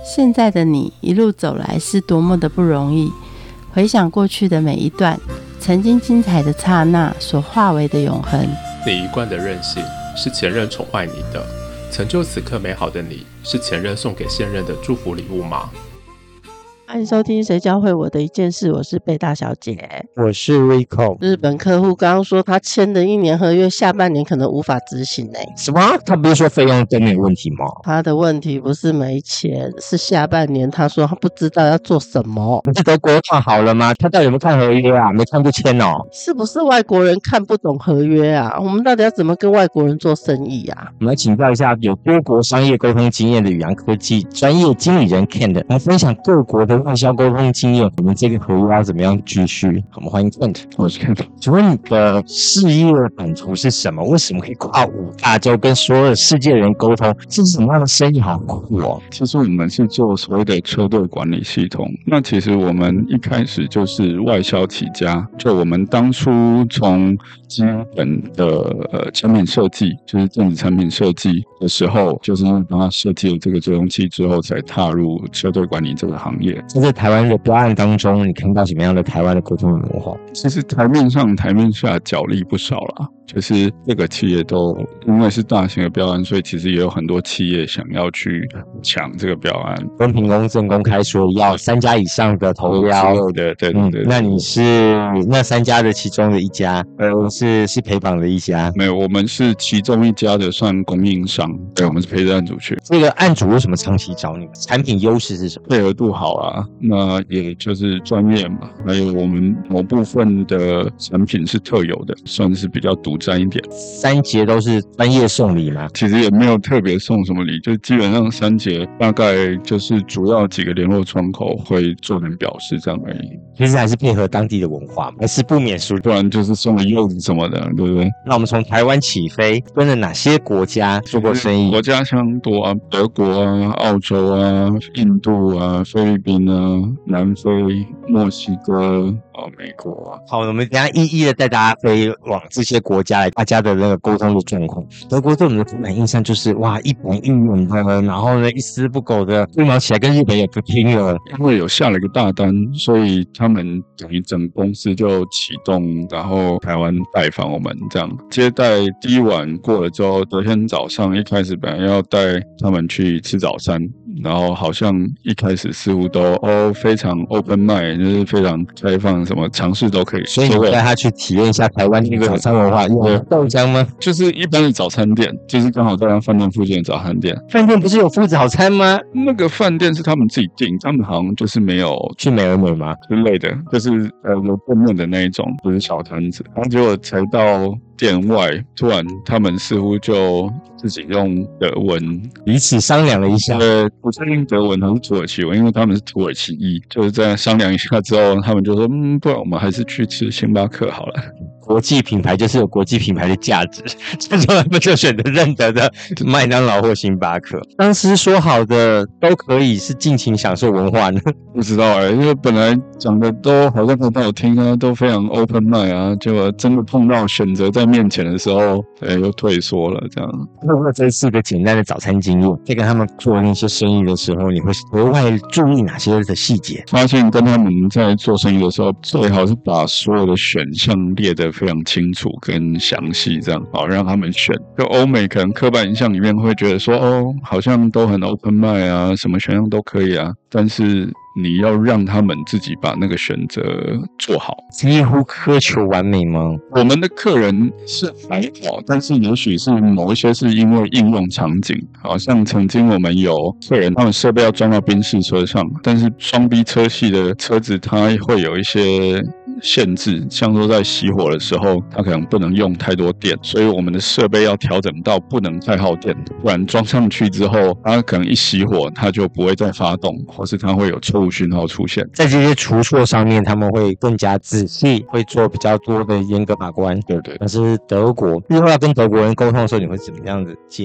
现在的你一路走来是多么的不容易，回想过去的每一段曾经精彩的刹那所化为的永恒。 你一贯的任性是前任宠坏你的，成就此刻美好的你是前任送给现任的祝福礼物吗？ 欢迎收听谁教会我的一件事，我是贝大小姐， 我是 Rico。 日本客户刚刚说他签的1年合约下半年可能无法执行什么？他不是说费用都没有问题吗？ 他的问题不是没钱，是下半年他说他不知道要做什么。 不是德国看好了吗？他到底有没有看合约啊？没看就签哦。 是不是外国人看不懂合约啊？我们到底要怎么跟外国人做生意啊？ 我们来请教一下有多国商业沟通经验的宇阳科技专业经理人 Kent 来分享各国的外销沟通经验，我们这个合约要怎么样继续？我们欢迎 Kent。 我是 Kent。 请问你的事业版图是什么？为什么可以跨5大洲跟所有的世界人沟通？这是什么样的生意？好酷哦！ 其实我们是做所谓的车队管理系统。那其实我们一开始就是外销起家，就我们当初从基本的产品设计，就是电子产品设计的时候，就是帮他设计了这个追踪器之后，才踏入车队管理这个行业。 在台湾的标案当中，你看到什么样的台湾的沟通文化？ 其实台面上台面下角力不少啦，就是各个企业都因为是大型的标案，所以其实也有很多企业想要去抢这个标案。 公平公正公开说要3家以上的投标的，对。 那你是那3家的其中的一家，是陪绑的一家？ 没有，我们是其中一家的算供应商，对，我们是陪着案主去。 这个案主为什么长期找你们？产品优势是什么？ 配合度好啊，那也就是专业嘛，还有我们某部分的产品是特有的，算是比较独占一点。 3节都是专业送礼吗？ 其实也没有特别送什么礼，就基本上3节大概就是主要几个联络窗口会做点表示这样而已。 其实还是配合当地的文化，还是不免俗， 不然就是送个柚子什么的，对不对？ 那我们从台湾起飞，跟了哪些国家做过生意？ 国家相当多啊，德国啊、澳洲啊、印度啊、菲律宾啊、南非、墨西哥、美国啊。 好，我们等一下一一的带大家飞往这些国家来，大家的那个沟通的状况。德国对我们的刻板印象就是哇，一板一眼的，然后呢一丝不苟的，一毛起来跟日本也不拼了。 因为有下了一个大单，所以他们等于整公司就启动，然后台湾拜访我们这样。接待第一晚过了之后，隔天早上一开始本来要带他们去吃早餐，然后好像一开始似乎都非常 open mind， 就是非常开放，什么尝试都可以。 所以你带他去体验一下台湾那个早餐文化，有豆浆吗？ 就是一般的早餐店，就是刚好在他饭店附近的早餐店。 饭店不是有附早餐吗？ 那个饭店是他们自己订，他们好像就是没有去美而美吗之类的，就是有店面的那一种，就是小摊子。然后结果才到店外，突然他们似乎就自己用德文彼此商量了一下。 不确定德文还是土耳其文，因为他们是土耳其裔，就是在商量一下之后，他们就说不然我们还是去吃星巴克好了。 国际品牌就是有国际品牌的价值，这时候他们就选择认得的麦当劳或星巴克。当时说好的都可以是尽情享受文化呢？ 不知道因为本来讲的都好像很好听啊，都非常 open mind 啊，结果真的碰到选择在面前的时候，又退缩了这样。 透过这次的简单的早餐经验，在跟他们做那些生意的时候，你会额外注意哪些的细节？ 发现跟他们在做生意的时候，最好是把所有的选项列得非常清楚跟详细，这样好让他们选。就欧美可能刻板印象里面会觉得说好像都很 open mind 啊，什么选项都可以啊，但是你要让他们自己把那个选择做好。 几乎苛求完美吗？ 我们的客人是还好，但是也许是某一些是因为应用场景，好像曾经我们有客人他们设备要装到宾士车上，但是双 B 车系的车子它会有一些限制，像说在熄火的时候它可能不能用太多电，所以我们的设备要调整到不能太耗电，不然装上去之后它可能一熄火它就不会再发动，或是它会有错误讯号出现。 在这些除错上面他们会更加仔细，会做比较多的严格把关。 对， 但是德国日后要跟德国人沟通的时候，你会怎么样的建议？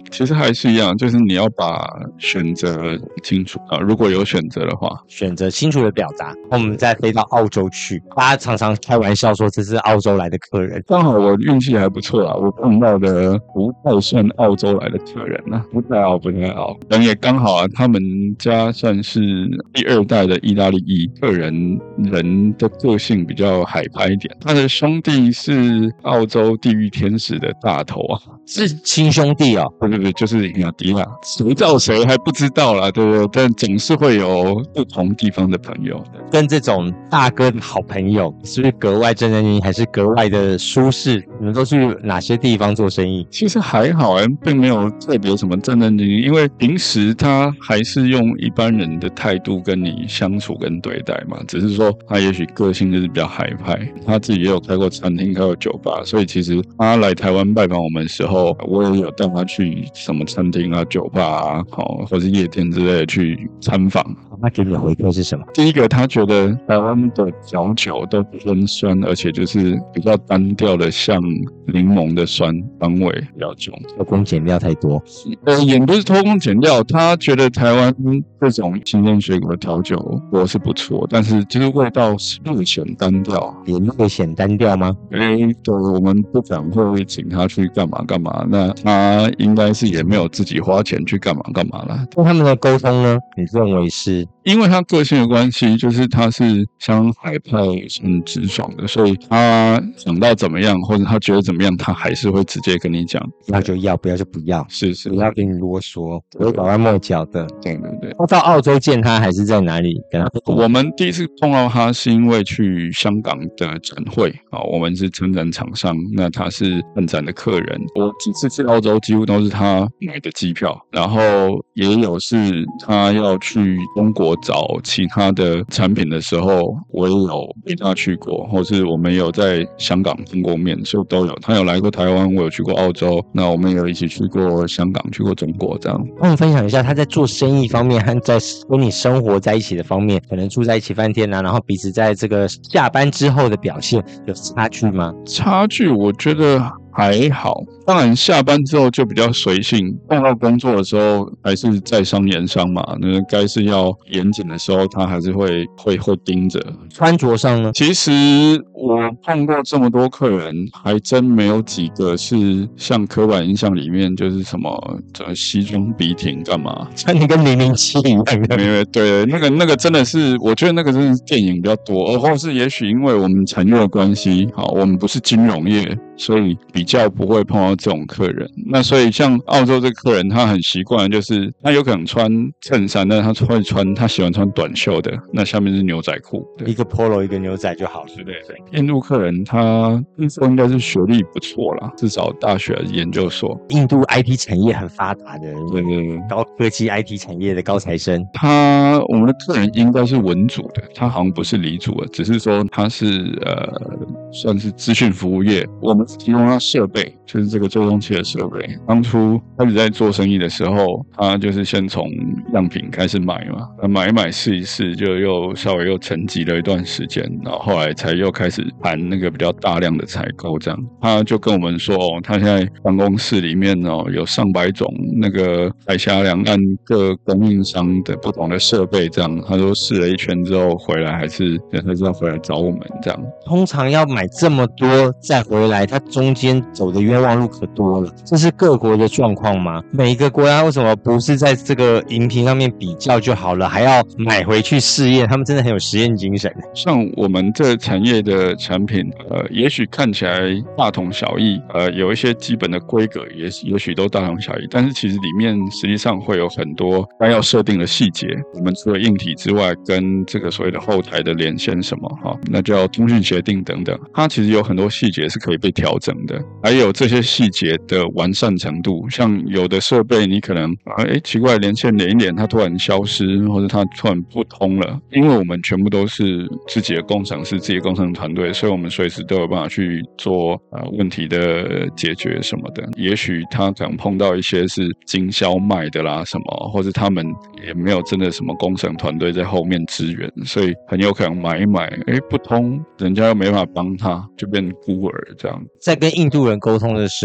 其实还是一样，就是你要把选择清楚啊，如果有选择的话， 选择清楚的表达。我们再飞到澳洲去，大家常常开玩笑说这是澳洲来的客人。 刚好我运气还不错啦，我碰到的不太算澳洲来的客人啦，不太好。人也刚好啊，他们家算是第2代的意大利裔客人，人的个性比较海派一点。他的兄弟是澳洲地狱天使的大头啊， 是亲兄弟哦。 不，就是雅迪啦，谁罩谁还不知道啦，对不对？但总是会有不同地方的朋友。 跟这种大哥的好朋友，是不是格外战战兢兢，还是格外的舒适？你们都去哪些地方做生意？ 其实还好并没有特别什么战战兢兢，因为平时他还是用一般人的态度跟你相处跟对待嘛，只是说他也许个性就是比较海派，他自己也有开过餐厅，开过酒吧，所以其实他来台湾拜访我们的时候，我也有带他去什么餐厅啊、酒吧啊，或是夜店之类的去参访。 他给你的回馈是什么？ 第一个，他觉得台湾的调酒都偏酸，而且就是比较单调的，像柠檬的酸味比较重， 偷工减料太多。 也不是偷工减料，他觉得台湾这种新鲜水果的调酒我是不错，但是就是味道略显单调。 也略显单调吗？ 对，我们不敢会请他去干嘛，那他应该是也没有自己花钱去干嘛啦。 跟他们的沟通呢？你认为是？ 因为他个性的关系，就是他是像海派很直爽的，所以他想到怎么样，或者他觉得怎么样，他还是会直接跟你讲， 要就要，不要就不要， 是不要给你啰嗦，不会拐弯抹角的。 对。 到澳洲见他还是在哪里跟他？ 我们第一次碰到他是因为去香港的展会啊，我们是参展厂商，那他是参展的客人。我几次去澳洲几乎都是他买的机票，然后也有是他要去中国找其他的产品的时候，我也有陪他去过，或是我们有在香港碰过面，所以都有。他有来过台湾，我有去过澳洲，那我们有一起去过香港，去过中国这样。 跟我们分享一下他在做生意方面和在跟你生活在一起的方面，可能住在一起饭店啊，然后彼此在这个下班之后的表现有差距吗？ 差距我觉得还好，当然下班之后就比较随性，碰到工作的时候还是在商言商嘛，那该是要严谨的时候他还是会盯着。 穿着上呢？ 其实我碰过这么多客人，还真没有几个是像刻板印象里面就是什么西装笔挺干嘛， 穿的跟007一样的。 没有，对，那个真的是，我觉得那个真的是电影比较多，或是也许因为我们产业的关系，好，我们不是金融业，所以比较不会碰到这种客人。那所以像澳洲这个客人，他很习惯，就是他有可能穿衬衫，但是他喜欢穿短袖的，那下面是牛仔裤， 一个 polo 一个牛仔就好了。 对。印度客人他那时候应该是学历不错啦，至少大学研究所。 印度 IT 产业很发达的， 对， 高科技 IT 产业的高材生。 我们的客人应该是文组的，他好像不是理组的，只是说他是算是资讯服务业。我们提供他设备，就是这个追踪器的设备。当初开始在做生意的时候，他就是先从样品开始买嘛，买一买试一试，就又稍微又沉寂了一段时间，然后后来才又开始谈那个比较大量的采购。这样，他就跟我们说，他现在办公室里面有上百种那个海峡两岸各供应商的不同的设备。这样，他说试了一圈之后回来还是要回来找我们这样。 通常要买这么多再回来，他中间走的冤枉路可多了。这是各国的状况吗？每一个国家为什么不是在这个荧屏上面比较就好了，还要买回去试验？他们真的很有实验精神。像我们这产业的产品，也许看起来大同小异，有一些基本的规格也许都大同小异，但是其实里面实际上会有很多该要设定的细节。我们除了硬体之外，跟这个所谓的后台的连线什么那叫通讯协定等等，它其实有很多细节是可以被调整的，还有这些细节的完善程度。像有的设备你可能奇怪，连线连一连它突然消失，或者它突然不通了，因为我们全部都是自己的工程师、自己的工程团队，所以我们随时都有办法去做问题的解决什么的。也许他可能碰到一些是经销卖的啦什么，或者他们也没有真的什么工程团队在后面支援，所以很有可能买一买不通，人家又没办法帮他，就变孤儿这样。 在跟印度人沟通的时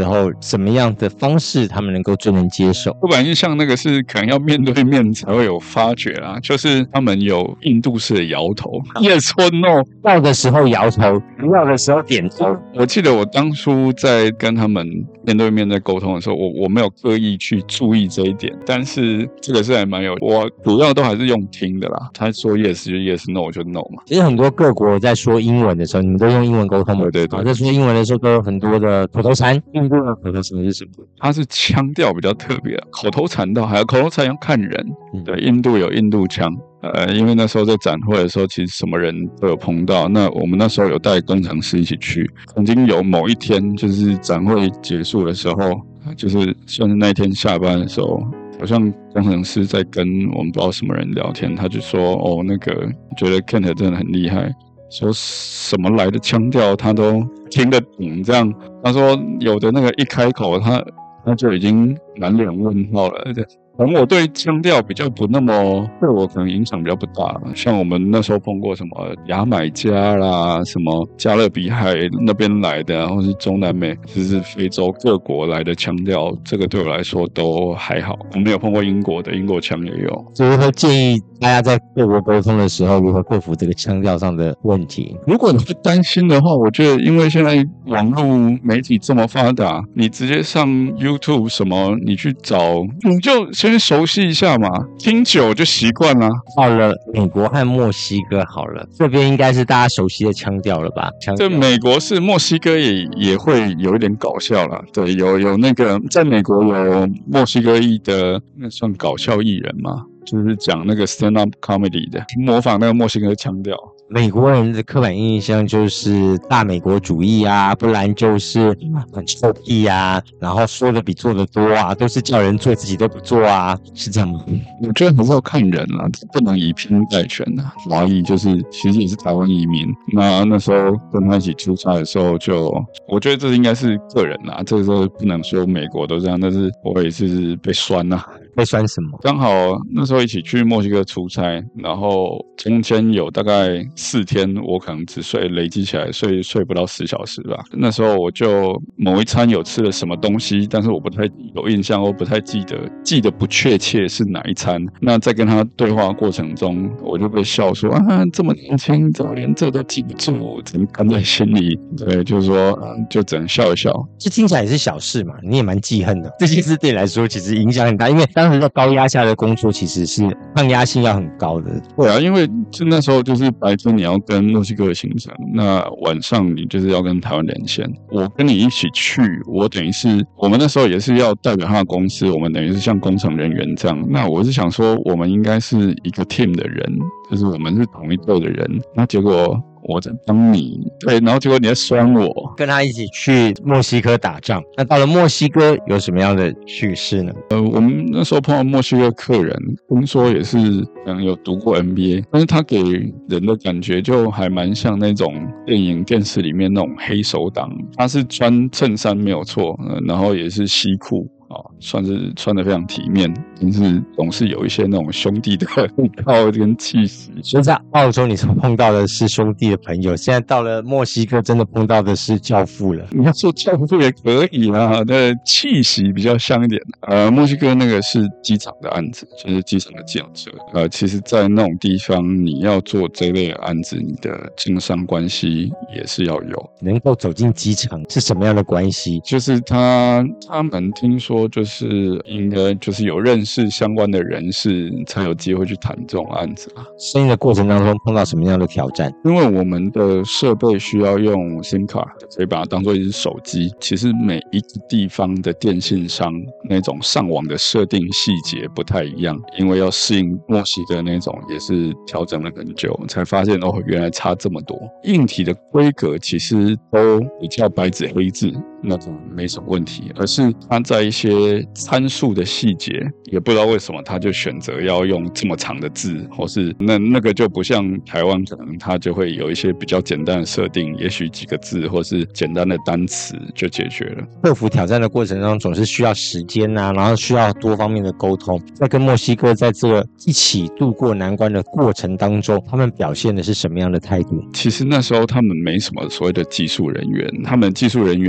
时候，什么样的方式他们能够最能接受？ 刻板印象那个是可能要面对面才会有发觉啦，就是他们有印度式的摇头 ，yes or no， 要的时候摇头，不要的时候点头。 我记得我当初在跟他们面对面在沟通的时候，我没有刻意去注意这一点，但是这个是还蛮有，我主要都还是用听的啦。他说 yes 就 yes，no 就 no 嘛。 其实很多各国在说英文的时候，你们都用英文沟通嘛？ 对。 在说英文的时候都有很多的口头禅。印度的口头禅是什么？ 它是腔调比较特别，口头禅还有口头禅要看人。对，印度有印度腔。因为那时候在展会的时候，其实什么人都有碰到。那我们那时候有带工程师一起去，曾经有某一天就是展会结束的时候，就是算是那一天下班的时候，好像工程师在跟我们不知道什么人聊天，他就说那个觉得 Kent 真的很厉害，说什么来的腔调他都听得懂这样。他说有的那个一开口他就已经满脸问号了。可能我对腔调比较不那么，对我可能影响比较不大。像我们那时候碰过什么牙买加啦，什么加勒比海那边来的，然后是中南美，就是非洲各国来的腔调，这个对我来说都还好。我没有碰过英国的，英国腔也有。 所以会建议大家在各国沟通的时候，如何克服这个腔调上的问题。 如果你会担心的话，我觉得因为现在网络媒体这么发达，你直接上 YouTube 什么，你去找，你就先熟悉一下嘛，听久就习惯了。 到了美国和墨西哥好了，这边应该是大家熟悉的腔调了吧？ 这美国是，墨西哥也会有一点搞笑啦。对，有那个在美国有墨西哥裔的，那算搞笑艺人吗？就是讲那个 stand up comedy 的，模仿那个墨西哥腔调。 美国人的刻板印象就是大美国主义啊，不然就是很臭屁啊，然后说的比做的多啊，都是叫人做自己都不做啊，是这样吗？ 我觉得还是要看人啦，不能以偏概全啊。华裔就是其实也是台湾移民，那时候跟他一起出差的时候我觉得这应该是个人啦，这个时候不能说美国都这样，但是我也是被酸啦。 被酸什么？ 刚好那时候一起去墨西哥出差，然后中间有大概4天，我可能只累积起来睡不到10小时吧。那时候我就某一餐有吃了什么东西，但是我不太有印象，我不太记得不确切是哪一餐。那在跟他对话过程中，我就被笑说这么年轻，怎么连这都记不住，只能看在心里。对，就是说就只能笑一笑。 这听起来也是小事嘛，你也蛮记恨的。这件事对你来说其实影响很大，因为当时在高压下的工作其实是抗压性要很高的。 对啊，因为那时候就是白天你要跟墨西哥的行程，那晚上你就是要跟台湾连线。我跟你一起去，我等于是我们那时候也是要代表他的公司，我们等于是像工程人员这样。那我是想说，我们应该是一个 team 的人，就是我们是同一队的人。那结果我在帮你，对，然后结果你在酸我。 跟他一起去墨西哥打仗，那到了墨西哥有什么样的趣事呢？ 我们那时候碰到墨西哥客人，听说也是可能有读过 NBA， 但是他给人的感觉就还蛮像那种电影电视里面那种黑手党。他是穿衬衫没有错，然后也是西裤。算是穿得非常体面，但是总是有一些那种兄弟的味道跟气息。 所以在澳洲你碰到的是兄弟的朋友，现在到了墨西哥真的碰到的是教父了。 你要说教父也可以啦，的气息比较像一点。墨西哥那个是机场的案子，就是机场的计程车。其实在那种地方你要做这类的案子，你的经商关系也是要有。 能够走进机场是什么样的关系？ 就是他们听说就是应该就是有认识相关的人士才有机会去谈这种案子啦。 生意的过程当中碰到什么样的挑战？ 因为我们的设备需要用 SIM 卡，可以把它当作一只手机。其实每一个地方的电信商那种上网的设定细节不太一样，因为要适应墨西哥那种也是调整了很久，才发现原来差这么多。硬体的规格其实都比较白纸黑字，那种没什么问题，而是它在一些参数的细节，也不知道为什么他就选择要用这么长的字，或是那个就不像台湾，可能它就会有一些比较简单的设定，也许几个字或是简单的单词就解决了。 克服挑战的过程中总是需要时间啊，然后需要多方面的沟通。在跟墨西哥在这个一起度过难关的过程当中，他们表现的是什么样的态度？ 其实那时候他们没什么所谓的技术人员，他们技术人员比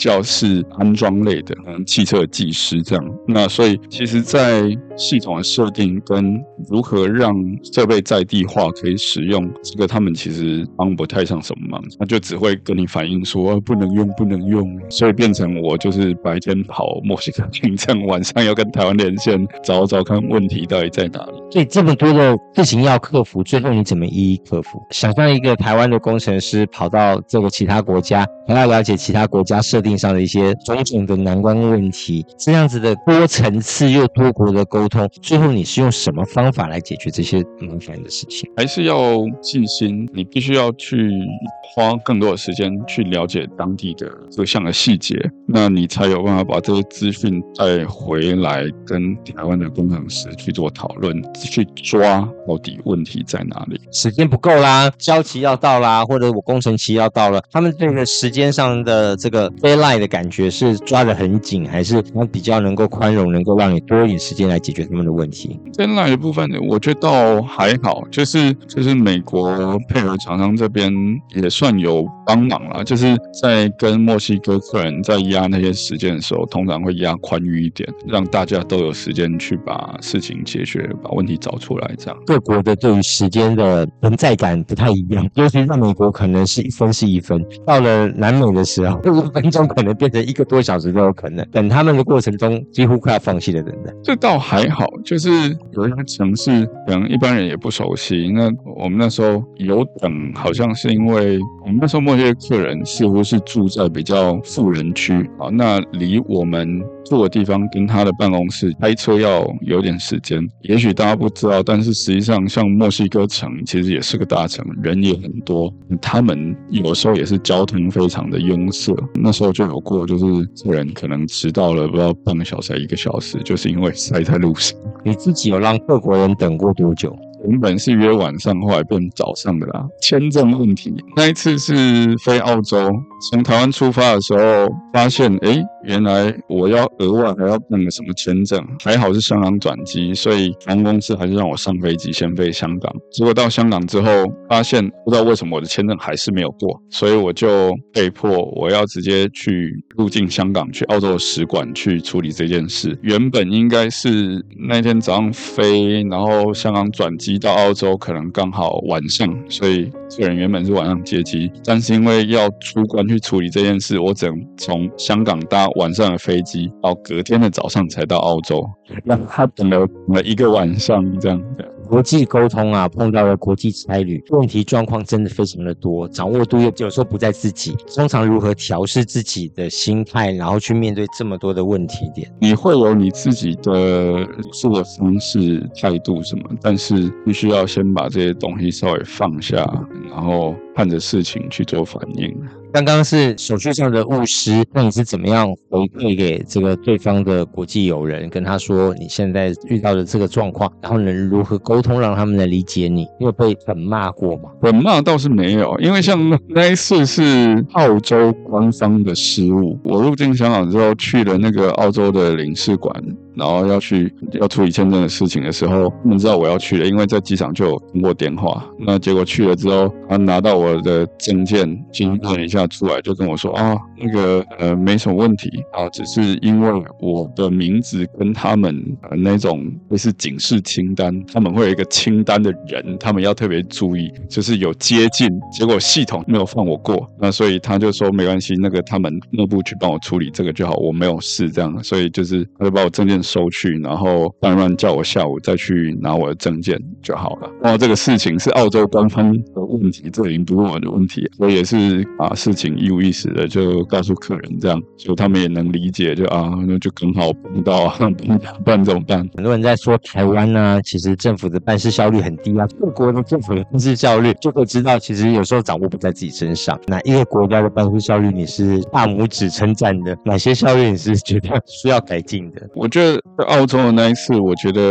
较是安装类的，可能汽车的技师这样。那所以其实在系统的设定跟如何让设备在地化可以使用，这个他们其实帮不太上什么忙，他就只会跟你反映说不能用不能用，所以变成我就是白天跑墨西哥进站，晚上要跟台湾连线找找看问题到底在哪里。 所以这么多的事情要克服，最后你怎么一一克服？想象一个台湾的工程师跑到这个其他国家，还要了解其他国家设定上的一些种种的难关问题，这样子的多层次又多国的沟通，最后你是用什么方法来解决这些麻烦的事情？ 还是要细心，你必须要去花更多的时间去了解当地的各项的细节，那你才有办法把这些资讯带回来跟台湾的工程师去做讨论，去抓到底问题在哪里。 时间不够啦，交期要到啦，或者我工程期要到了，他们这个时间上的这个 deadline 的感觉是抓得很紧，还是他们比较能够宽容，能够让你多一点时间来解决他们的问题 ？deadline 的部分我觉得倒还好，就是美国配合厂商这边也算有帮忙啦，就是在跟墨西哥客人在压那些时间的时候，通常会压宽裕一点，让大家都有时间去把事情解决，把问题找出来这样。 各国的对于时间的存在感不太一样，尤其在美国可能是1分是1分，到了南美的时候5分钟可能变成1个多小时都有可能，等他们的过程中几乎快要放弃了等等。 这倒还好，就是有一些城市可能一般人也不熟悉，那我们那时候有等，好像是因为我们那时候墨西哥客人似乎是住在比较富人区啊，那离我们住的地方跟他的办公室开车要有点时间，也许大家不知道，但是实际上像墨西哥城其实也是个大城，人也很多，他们有时候也是交通非常的拥塞，那时候就有过就是客人可能迟到了不知道半个小时还1个小时，就是因为塞在路上。 你自己有让各国人等过多久？ 原本是约晚上，后来变早上的啦。签证问题，那一次是飞澳洲，从台湾出发的时候发现，原来我要额外还要办个什么签证，还好是香港转机，所以航空公司还是让我上飞机先飞香港。结果到香港之后，发现不知道为什么我的签证还是没有过，所以我就被迫我要直接去入境香港，去澳洲的使馆去处理这件事。原本应该是那天早上飞，然后香港转机到澳洲可能刚好晚上，所以客人原本是晚上接机，但是因为要出关去处理这件事，我只能从香港搭晚上的飞机到隔天的早上才到澳洲，让他等了1个晚上这样的。 国际沟通啊，碰到了国际差旅，问题状况真的非常的多，掌握度又有时候不在自己，通常如何调试自己的心态，然后去面对这么多的问题点？ 你会有你自己的做的方式、态度什么，但是必须要先把这些东西稍微放下，然后看着事情去做反应。 刚刚是手续上的误失，那你是怎么样回馈给这个对方的国际友人，跟他说你现在遇到的这个状况，然后能如何沟通让他们来理解你？你有被狠骂过吗？ 狠骂倒是没有，因为像那一次是澳洲官方的失误，我入境香港之后去了那个澳洲的领事馆，然后要处理签证的事情的时候，他们知道我要去了，因为在机场就有通过电话。那结果去了之后，他拿到我的证件，经验一下出来，就跟我说那个没什么问题啊，只是因为我的名字跟他们那种类似警示清单，他们会有一个清单的人，他们要特别注意，就是有接近，结果系统没有放我过，那所以他就说没关系，那个他们内部去帮我处理这个就好，我没有事这样，所以就是他就把我证件收去，然后慢慢叫我下午再去拿我的证件就好了。这个事情是澳洲官方的问题，这已经不是我的问题，我也是把事情一五一十的就告诉客人这样，所以他们也能理解，就那就刚好碰到不然怎么办？ 很多人在说台湾啊，其实政府的办事效率很低啊，各国的政府的办事效率就会知道，其实有时候掌握不在自己身上。哪一个国家的办事效率你是大拇指称赞的？哪些效率你是觉得需要改进的？ 我觉得澳洲的那一次，我觉得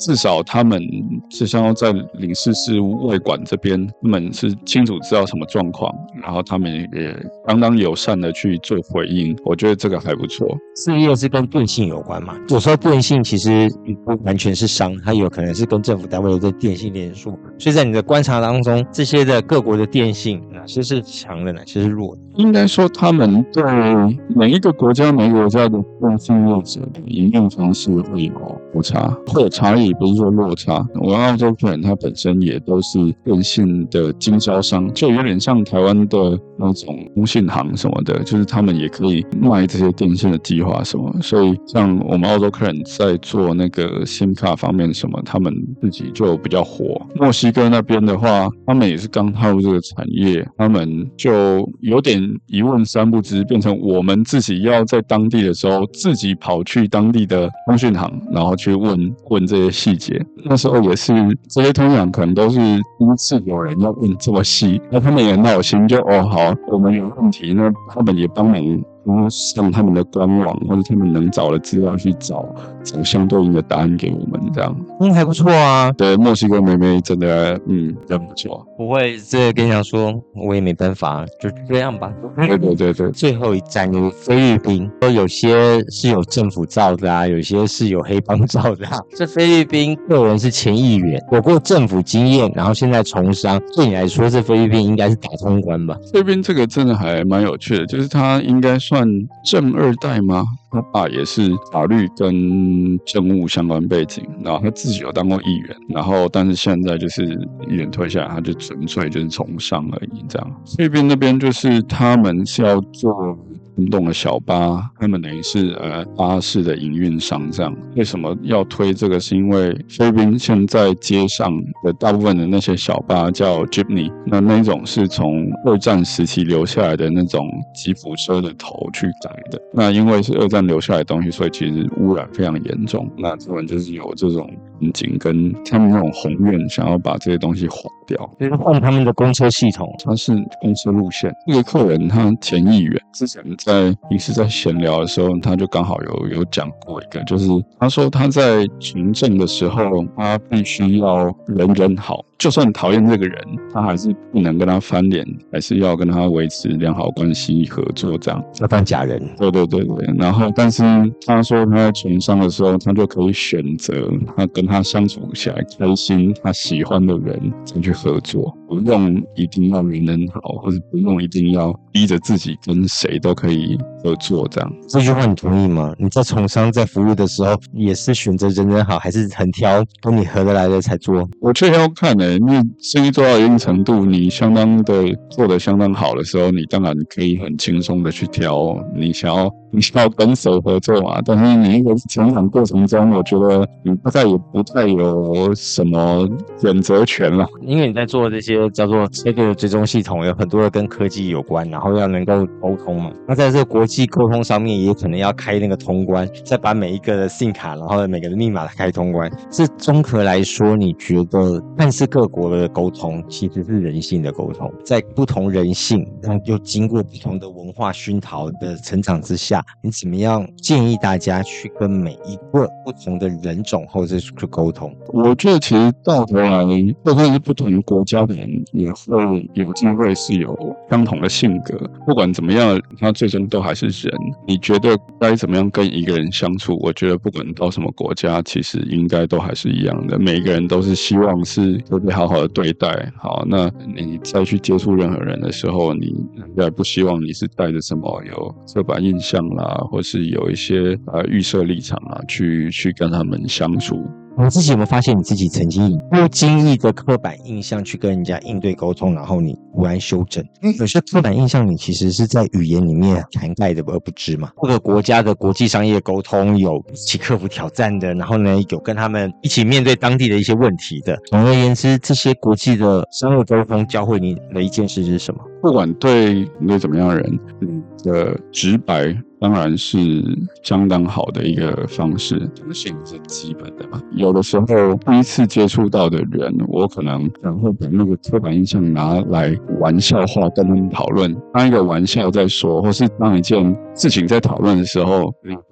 至少他们是像在领事事务外馆这边，他们是清楚知道什么状况，然后他们也相当友善的去做回应，我觉得这个还不错。 事业是跟电信有关嘛，有时候电信其实不完全是商，它有可能是跟政府单位的电信连锁，所以在你的观察当中，这些的各国的电信哪些是强的，哪些是弱的？ 应该说他们对每一个国家的电信业者的营运方式会有落差，会有差异，不是说落差。我澳洲客人他本身也都是电信的经销商，就有点像台湾的那种通信行什么的，就是他们也可以卖这些电信的计划什么。所以像我们澳洲客人在做那个 SIM 卡方面什么，他们自己就比较活。墨西哥那边的话，他们也是刚踏入这个产业，他们就有点一问三不知，变成我们自己要在当地的时候，自己跑去当地的通讯行，然后去问这些细节。那时候也是这些通讯行可能都是第一次有人要问这么细，那他们也很好心，就好，我们有问题，那他们也帮忙上他们的官网或者他们能找的资料去找相对应的答案给我们，这样还不错啊。 对，墨西哥妹妹真的真不错。 不会跟你讲说我也没办法，就这样吧。 对， 最后一站就是菲律宾，有些是有政府造的啊，有些是有黑帮造的啊。这菲律宾个人是前议员，有过政府经验，然后现在从商，对你来说这菲律宾应该是打通关吧？ 菲律宾这个真的还蛮有趣的，就是他应该算正二代吗？他爸也是法律跟政务相关背景，然后他自己有当过议员，然后但是现在就是议员退下来，他就纯粹就是从商而已这样。菲律宾那边就是他们是要做运动的小巴，他们等于是巴士的营运商这样。为什么要推这个？是因为菲律宾现在街上的大部分的那些小巴叫 Jeepney， 那种是从二战时期留下来的那种吉普车的头去改的。那因为是二战留下来的东西，所以其实污染非常严重。那他们就是有这种愿景跟他们那种宏愿，想要把这些东西划掉， 就是换他们的公车系统。 它是公车路线。这个客人他前议员之前平时在闲聊的时候，他就刚好有讲过一个，就是他说他在从政的时候，他必须要人人好，就算讨厌这个人，他还是不能跟他翻脸，还是要跟他维持良好关系合作这样。 要当假人。 对。然后但是他说他在从商的时候，他就可以选择他跟他相处起来开心，他喜欢的人再去合作，不用一定要人人好，或者不用一定要逼着自己跟谁都可以合作这样。 这句话你同意吗？你在从商在服务的时候，也是选择人人好，还是很挑跟你合得来的才做？ 我觉得要看因为生意做到一定程度，你做得相当好的时候，你当然可以很轻松的去挑你想要跟谁合作嘛。但是你一个成长过程中，我觉得你大概也不太有什么选择权了。 因为你在做这些叫做这个追踪系统，有很多的跟科技有关，然后要能够沟通嘛。那在这个国际沟通上面，也可能要开那个通关，再把每一个的SIM卡，然后每个的密码开通关。这综合来说，你觉得看似各国的沟通其实是人性的沟通，在不同人性，然后又经过不同的文化熏陶的成长之下，你怎么样建议大家去跟每一个不同的人种或者是去沟通？ 我觉得其实到头来，就算是不同国家的人，也会有机会是有相同的性格。不管怎么样，他最终都还是人。你觉得该怎么样跟一个人相处？我觉得不管到什么国家，其实应该都还是一样的。每一个人都是希望是会被好好的对待。好，那你再去接触任何人的时候，你也不希望你是带着什么有刻板印象啦，或是有一些预设立场啊，去跟他们相处。 你自己有没有发现你自己曾经以不经意的刻板印象去跟人家应对沟通，然后你忽然修正？有些刻板印象你其实是在语言里面涵盖的而不知嘛。各个国家的国际商业沟通有一起克服挑战的，然后呢有跟他们一起面对当地的一些问题的。总而言之，这些国际的商业沟通教会你的一件事是什么？ 不管对怎么样的人，你的直白当然是相当好的一个方式，相信是基本的嘛。有的时候第一次接触到的人，我可能会把那个刻板印象拿来玩笑话跟他们讨论，当一个玩笑在说，或是当一件事情在讨论的时候，你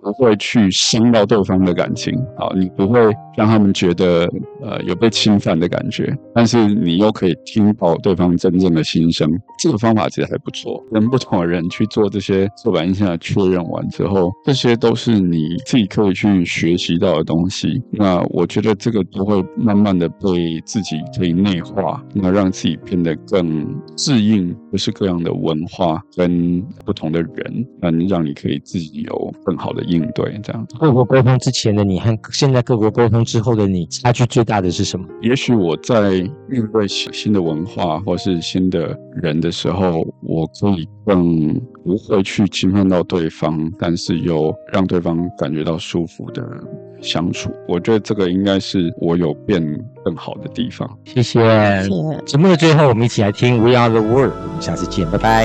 不会去伤到对方的感情，好，你不会让他们觉得有被侵犯的感觉，但是你又可以听到对方真正的心声。这个方法其实还不错，跟不同的人去做这些刻板印象的确认完之后，这些都是你自己可以去学习到的东西。那我觉得这个都会慢慢的被自己可以内化，那让自己变得更适应各式各样的文化跟不同的人，让你可以自己有更好的应对。这样， 各国沟通之前的你和现在各国沟通之后的你，差距最大的是什么？ 也许我在面对新的文化或是新的人的时候，我可以更不会去侵犯到对方，但是又让对方感觉到舒服的相处。我觉得这个应该是我有变更好的地方。 谢谢。节目的最后，我们一起来听 We Are the World。我们下次见，拜拜。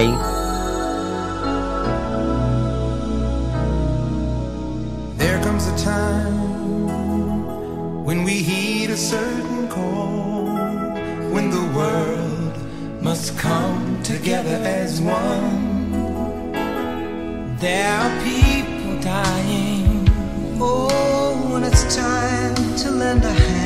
There comes a time when we heed a certain call, when the world must come together as one. There are people dying, oh, when it's time to lend a hand.